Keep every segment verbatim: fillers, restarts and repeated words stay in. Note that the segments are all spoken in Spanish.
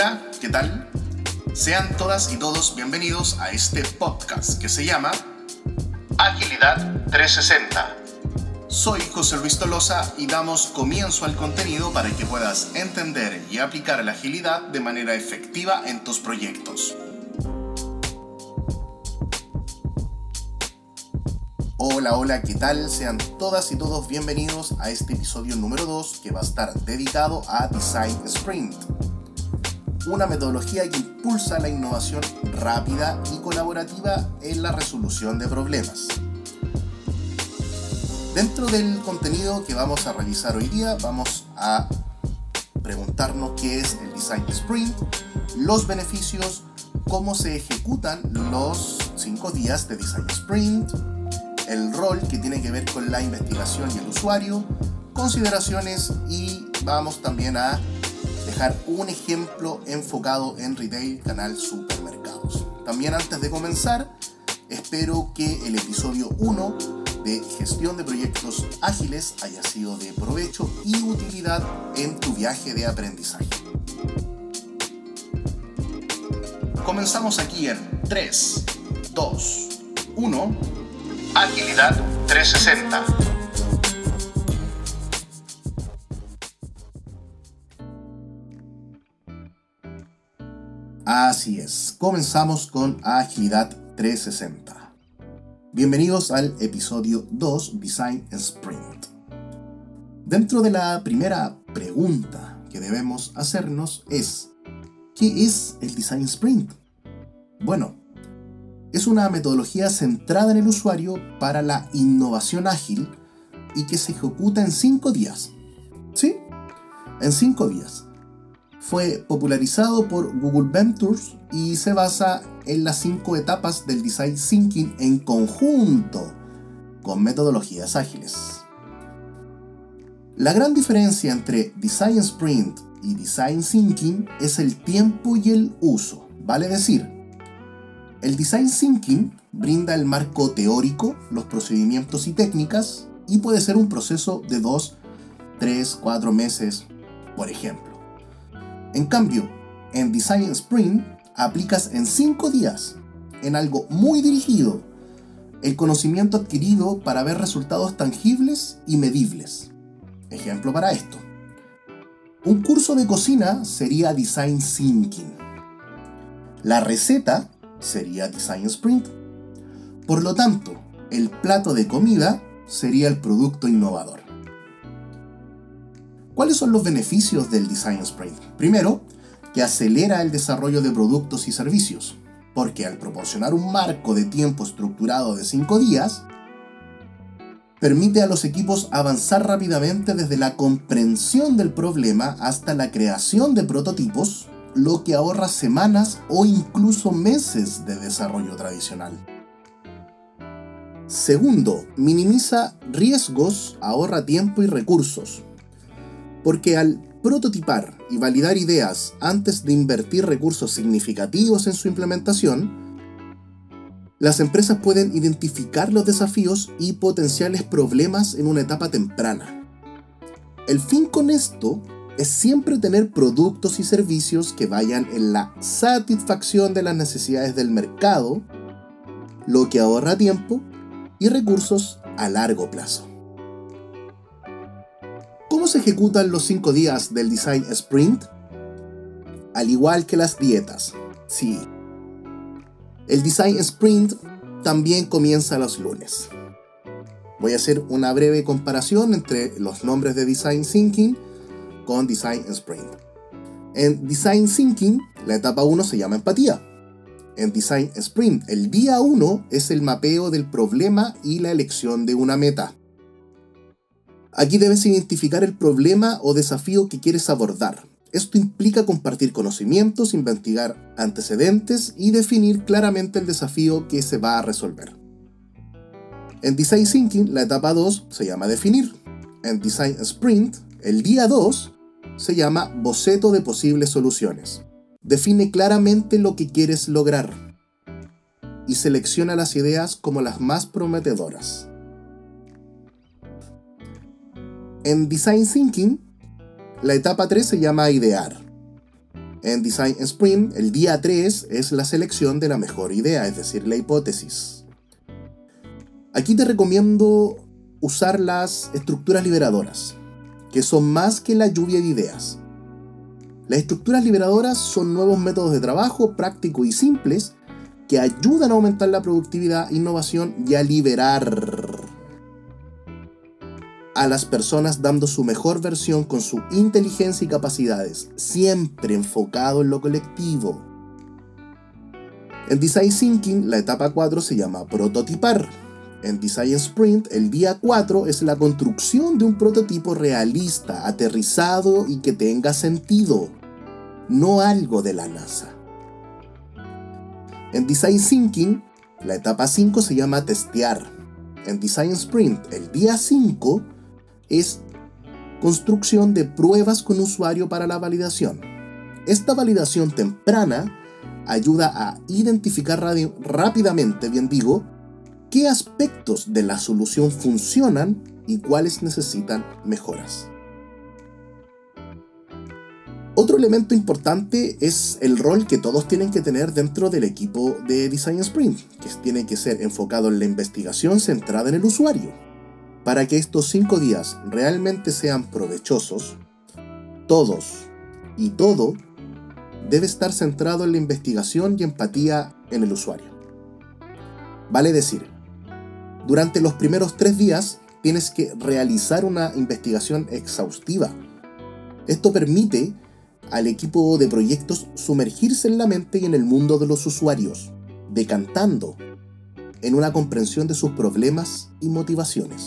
Hola, ¿qué tal? Sean todas y todos bienvenidos a este podcast que se llama Agilidad trescientos sesenta. Soy José Luis Tolosa y damos comienzo al contenido para que puedas entender y aplicar la agilidad de manera efectiva en tus proyectos. Hola, hola, ¿qué tal? Sean todas y todos bienvenidos a este episodio número dos que va a estar dedicado a Design Sprint, una metodología que impulsa la innovación rápida y colaborativa en la resolución de problemas. Dentro del contenido que vamos a revisar hoy día, vamos a preguntarnos qué es el Design Sprint, los beneficios, cómo se ejecutan los cinco días de Design Sprint, el rol que tiene que ver con la investigación y el usuario, consideraciones y vamos también a dejar un ejemplo enfocado en retail, canal, supermercados. También antes de comenzar, espero que el episodio uno de gestión de proyectos ágiles haya sido de provecho y utilidad en tu viaje de aprendizaje. Comenzamos aquí en tres, dos, uno. Agilidad trescientos sesenta. Así es, comenzamos con Agilidad trescientos sesenta. Bienvenidos al episodio dos, Design Sprint. Dentro de la primera pregunta que debemos hacernos es, ¿qué es el Design Sprint? Bueno, es una metodología centrada en el usuario para la innovación ágil y que se ejecuta en cinco días. ¿Sí? En cinco días. Fue popularizado por Google Ventures y se basa en las cinco etapas del Design Thinking en conjunto con metodologías ágiles. La gran diferencia entre Design Sprint y Design Thinking es el tiempo y el uso, vale decir, el Design Thinking brinda el marco teórico, los procedimientos y técnicas, y puede ser un proceso de dos, tres, cuatro meses, por ejemplo. En cambio, en Design Sprint aplicas en cinco días, en algo muy dirigido, el conocimiento adquirido para ver resultados tangibles y medibles. Ejemplo para esto. Un curso de cocina sería Design Thinking. La receta sería Design Sprint. Por lo tanto, el plato de comida sería el producto innovador. ¿Cuáles son los beneficios del Design Sprint? Primero, que acelera el desarrollo de productos y servicios, porque al proporcionar un marco de tiempo estructurado de cinco días, permite a los equipos avanzar rápidamente desde la comprensión del problema hasta la creación de prototipos, lo que ahorra semanas o incluso meses de desarrollo tradicional. Segundo, minimiza riesgos, ahorra tiempo y recursos, porque al prototipar y validar ideas antes de invertir recursos significativos en su implementación, las empresas pueden identificar los desafíos y potenciales problemas en una etapa temprana. El fin con esto es siempre tener productos y servicios que vayan en la satisfacción de las necesidades del mercado, lo que ahorra tiempo y recursos a largo plazo. ¿Cómo se ejecutan los cinco días del Design Sprint? Al igual que las dietas, sí. El Design Sprint también comienza los lunes. Voy a hacer una breve comparación entre los nombres de Design Thinking con Design Sprint. En Design Thinking, la etapa uno se llama empatía. En Design Sprint, el día uno es el mapeo del problema y la elección de una meta. Aquí debes identificar el problema o desafío que quieres abordar. Esto implica compartir conocimientos, investigar antecedentes y definir claramente el desafío que se va a resolver. En Design Thinking, la etapa dos se llama definir. En Design Sprint, el día dos se llama boceto de posibles soluciones. Define claramente lo que quieres lograr y selecciona las ideas como las más prometedoras. En Design Thinking, la etapa tres se llama idear. En Design Sprint, el día tres es la selección de la mejor idea, es decir, la hipótesis. Aquí te recomiendo usar las estructuras liberadoras, que son más que la lluvia de ideas. Las estructuras liberadoras son nuevos métodos de trabajo prácticos y simples que ayudan a aumentar la productividad, innovación y a liberar a las personas dando su mejor versión con su inteligencia y capacidades, siempre enfocado en lo colectivo. En Design Thinking, la etapa cuatro se llama prototipar. En Design Sprint, el día cuatro es la construcción de un prototipo realista, aterrizado y que tenga sentido, no algo de la NASA. En Design Thinking, la etapa cinco se llama testear. En Design Sprint, el día cinco es construcción de pruebas con usuario para la validación. Esta validación temprana ayuda a identificar radio, rápidamente, bien digo, qué aspectos de la solución funcionan y cuáles necesitan mejoras. Otro elemento importante es el rol que todos tienen que tener dentro del equipo de Design Sprint, que tiene que ser enfocado en la investigación centrada en el usuario. Para que estos cinco días realmente sean provechosos, todos y todo debe estar centrado en la investigación y empatía en el usuario. Vale decir, durante los primeros tres días tienes que realizar una investigación exhaustiva. Esto permite al equipo de proyectos sumergirse en la mente y en el mundo de los usuarios, decantando en una comprensión de sus problemas y motivaciones.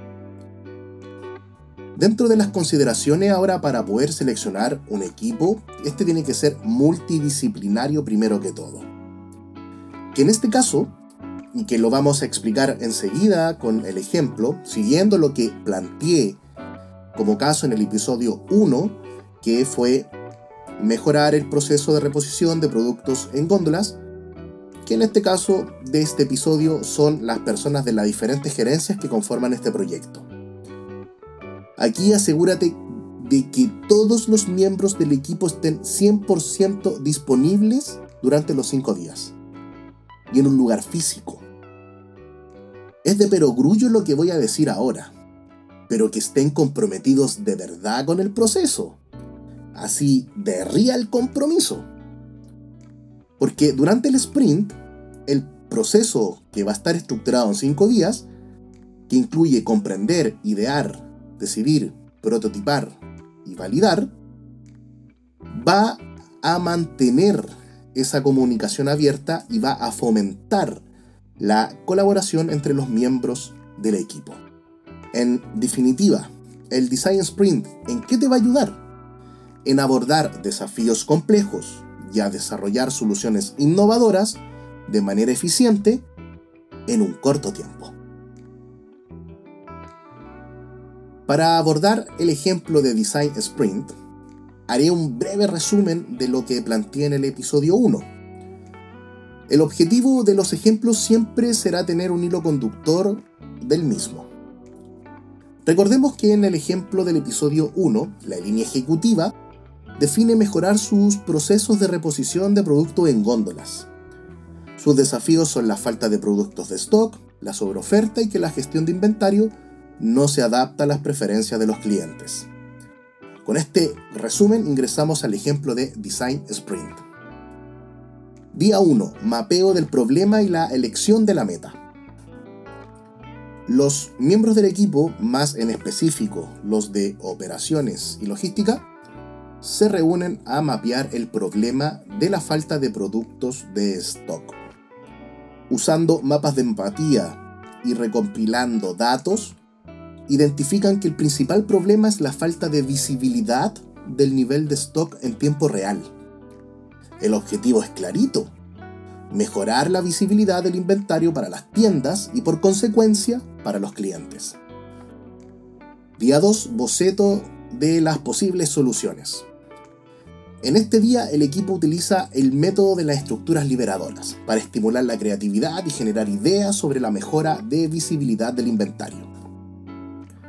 Dentro de las consideraciones ahora para poder seleccionar un equipo, este tiene que ser multidisciplinario primero que todo. Que en este caso, y que lo vamos a explicar enseguida con el ejemplo, siguiendo lo que planteé como caso en el episodio uno, que fue mejorar el proceso de reposición de productos en góndolas, que en este caso de este episodio son las personas de las diferentes gerencias que conforman este proyecto. Aquí asegúrate de que todos los miembros del equipo estén cien por ciento disponibles durante los cinco días y en un lugar físico. Es de perogrullo lo que voy a decir ahora, pero que estén comprometidos de verdad con el proceso, así de real compromiso. Porque durante el sprint, el proceso que va a estar estructurado en cinco días, que incluye comprender, idear, decidir, prototipar y validar, va a mantener esa comunicación abierta y va a fomentar la colaboración entre los miembros del equipo. En definitiva, el Design Sprint, ¿en qué te va a ayudar? En abordar desafíos complejos y a desarrollar soluciones innovadoras de manera eficiente en un corto tiempo. Para abordar el ejemplo de Design Sprint, haré un breve resumen de lo que planteé en el episodio uno. El objetivo de los ejemplos siempre será tener un hilo conductor del mismo. Recordemos que en el ejemplo del episodio uno, la línea ejecutiva define mejorar sus procesos de reposición de productos en góndolas. Sus desafíos son la falta de productos de stock, la sobreoferta y que la gestión de inventario no se adapta a las preferencias de los clientes. Con este resumen ingresamos al ejemplo de Design Sprint. Día uno. Mapeo del problema y la elección de la meta. Los miembros del equipo, más en específico los de operaciones y logística, se reúnen a mapear el problema de la falta de productos de stock. Usando mapas de empatía y recompilando datos, identifican que el principal problema es la falta de visibilidad del nivel de stock en tiempo real. El objetivo es clarito: mejorar la visibilidad del inventario para las tiendas y por consecuencia para los clientes. Día dos. Boceto de las posibles soluciones. En este día el equipo utiliza el método de las estructuras liberadoras para estimular la creatividad y generar ideas sobre la mejora de visibilidad del inventario.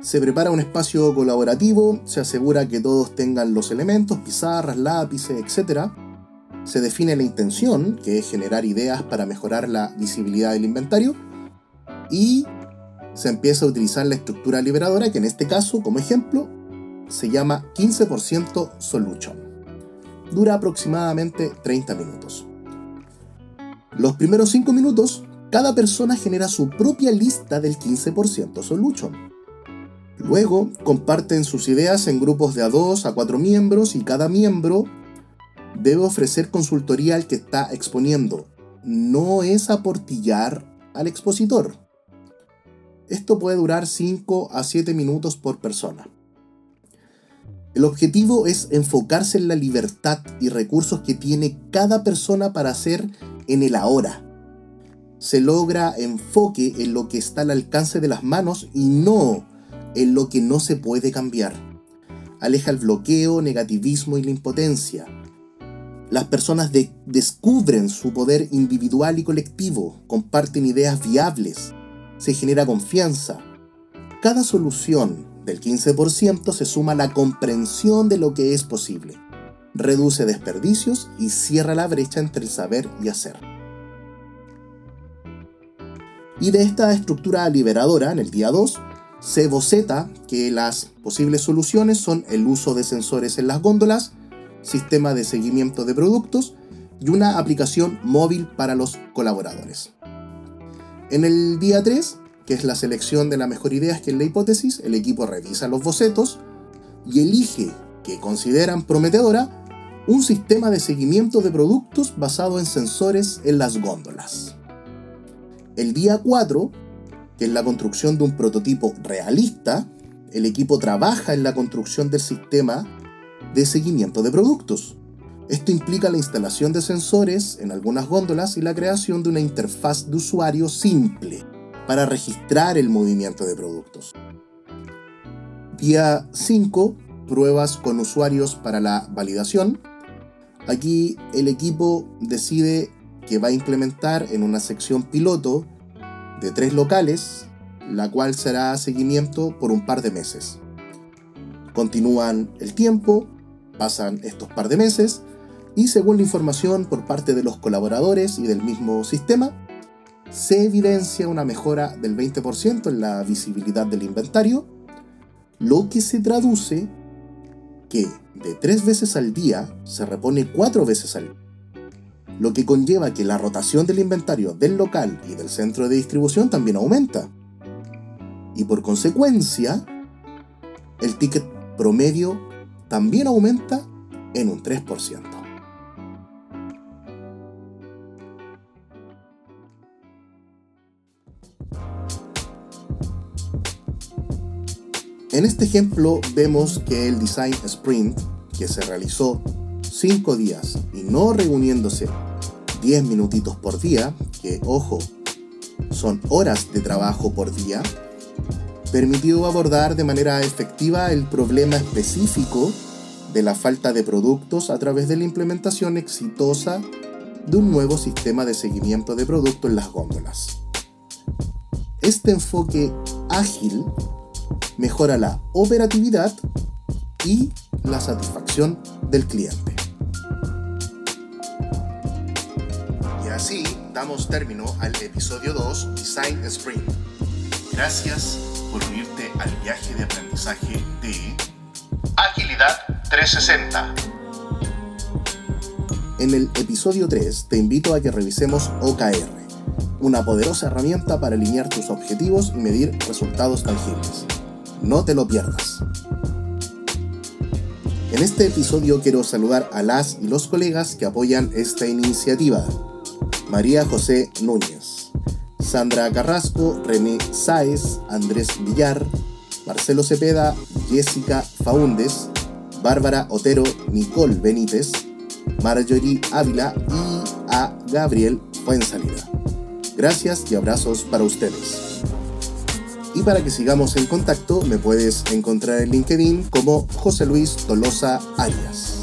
Se prepara un espacio colaborativo, se asegura que todos tengan los elementos, pizarras, lápices, etcétera. Se define la intención, que es generar ideas para mejorar la visibilidad del inventario, y se empieza a utilizar la estructura liberadora, que en este caso, como ejemplo, se llama quince por ciento Solution. Dura aproximadamente treinta minutos. Los primeros cinco minutos, cada persona genera su propia lista del quince por ciento Solution. Luego, comparten sus ideas en grupos de a dos a cuatro miembros y cada miembro debe ofrecer consultoría al que está exponiendo. No es aportillar al expositor. Esto puede durar cinco a siete minutos por persona. El objetivo es enfocarse en la libertad y recursos que tiene cada persona para hacer en el ahora. Se logra enfoque en lo que está al alcance de las manos y no en lo que no se puede cambiar. Aleja el bloqueo, negativismo y la impotencia. Las personas de- descubren su poder individual y colectivo, comparten ideas viables, se genera confianza. Cada solución del quince por ciento se suma a la comprensión de lo que es posible, reduce desperdicios y cierra la brecha entre el saber y hacer. Y de esta estructura liberadora, en el día dos, se boceta que las posibles soluciones son el uso de sensores en las góndolas, sistema de seguimiento de productos y una aplicación móvil para los colaboradores. En el día tres, que es la selección de la mejor idea, que es la hipótesis, el equipo revisa los bocetos y elige, que consideran prometedora, un sistema de seguimiento de productos basado en sensores en las góndolas. El día cuatro, que es la construcción de un prototipo realista, el equipo trabaja en la construcción del sistema de seguimiento de productos. Esto implica la instalación de sensores en algunas góndolas y la creación de una interfaz de usuario simple para registrar el movimiento de productos. Día cinco, pruebas con usuarios para la validación. Aquí el equipo decide que va a implementar en una sección piloto de tres locales, la cual será seguimiento por un par de meses. Continúan el tiempo, pasan estos par de meses, y según la información por parte de los colaboradores y del mismo sistema, se evidencia una mejora del veinte por ciento en la visibilidad del inventario, lo que se traduce que de tres veces al día se repone cuatro veces al día, lo que conlleva que la rotación del inventario del local y del centro de distribución también aumenta. Y por consecuencia, el ticket promedio también aumenta en un tres por ciento. En este ejemplo vemos que el Design Sprint, que se realizó cinco días y no reuniéndose diez minutitos por día, que ojo, son horas de trabajo por día, permitió abordar de manera efectiva el problema específico de la falta de productos a través de la implementación exitosa de un nuevo sistema de seguimiento de producto en las góndolas. Este enfoque ágil mejora la operatividad y la satisfacción del cliente. Y así damos término al episodio dos, Design Sprint. Gracias por unirte al viaje de aprendizaje de Agilidad trescientos sesenta. En el episodio tres te invito a que revisemos O K R, una poderosa herramienta para alinear tus objetivos y medir resultados tangibles. No te lo pierdas. En este episodio quiero saludar a las y los colegas que apoyan esta iniciativa. María José Núñez, Sandra Carrasco, René Sáez, Andrés Villar, Marcelo Cepeda, Jessica Faúndez, Bárbara Otero, Nicole Benítez, Marjorie Ávila y a Gabriel Fuensalida. Gracias y abrazos para ustedes. Y para que sigamos en contacto, me puedes encontrar en LinkedIn como José Luis Tolosa Arias.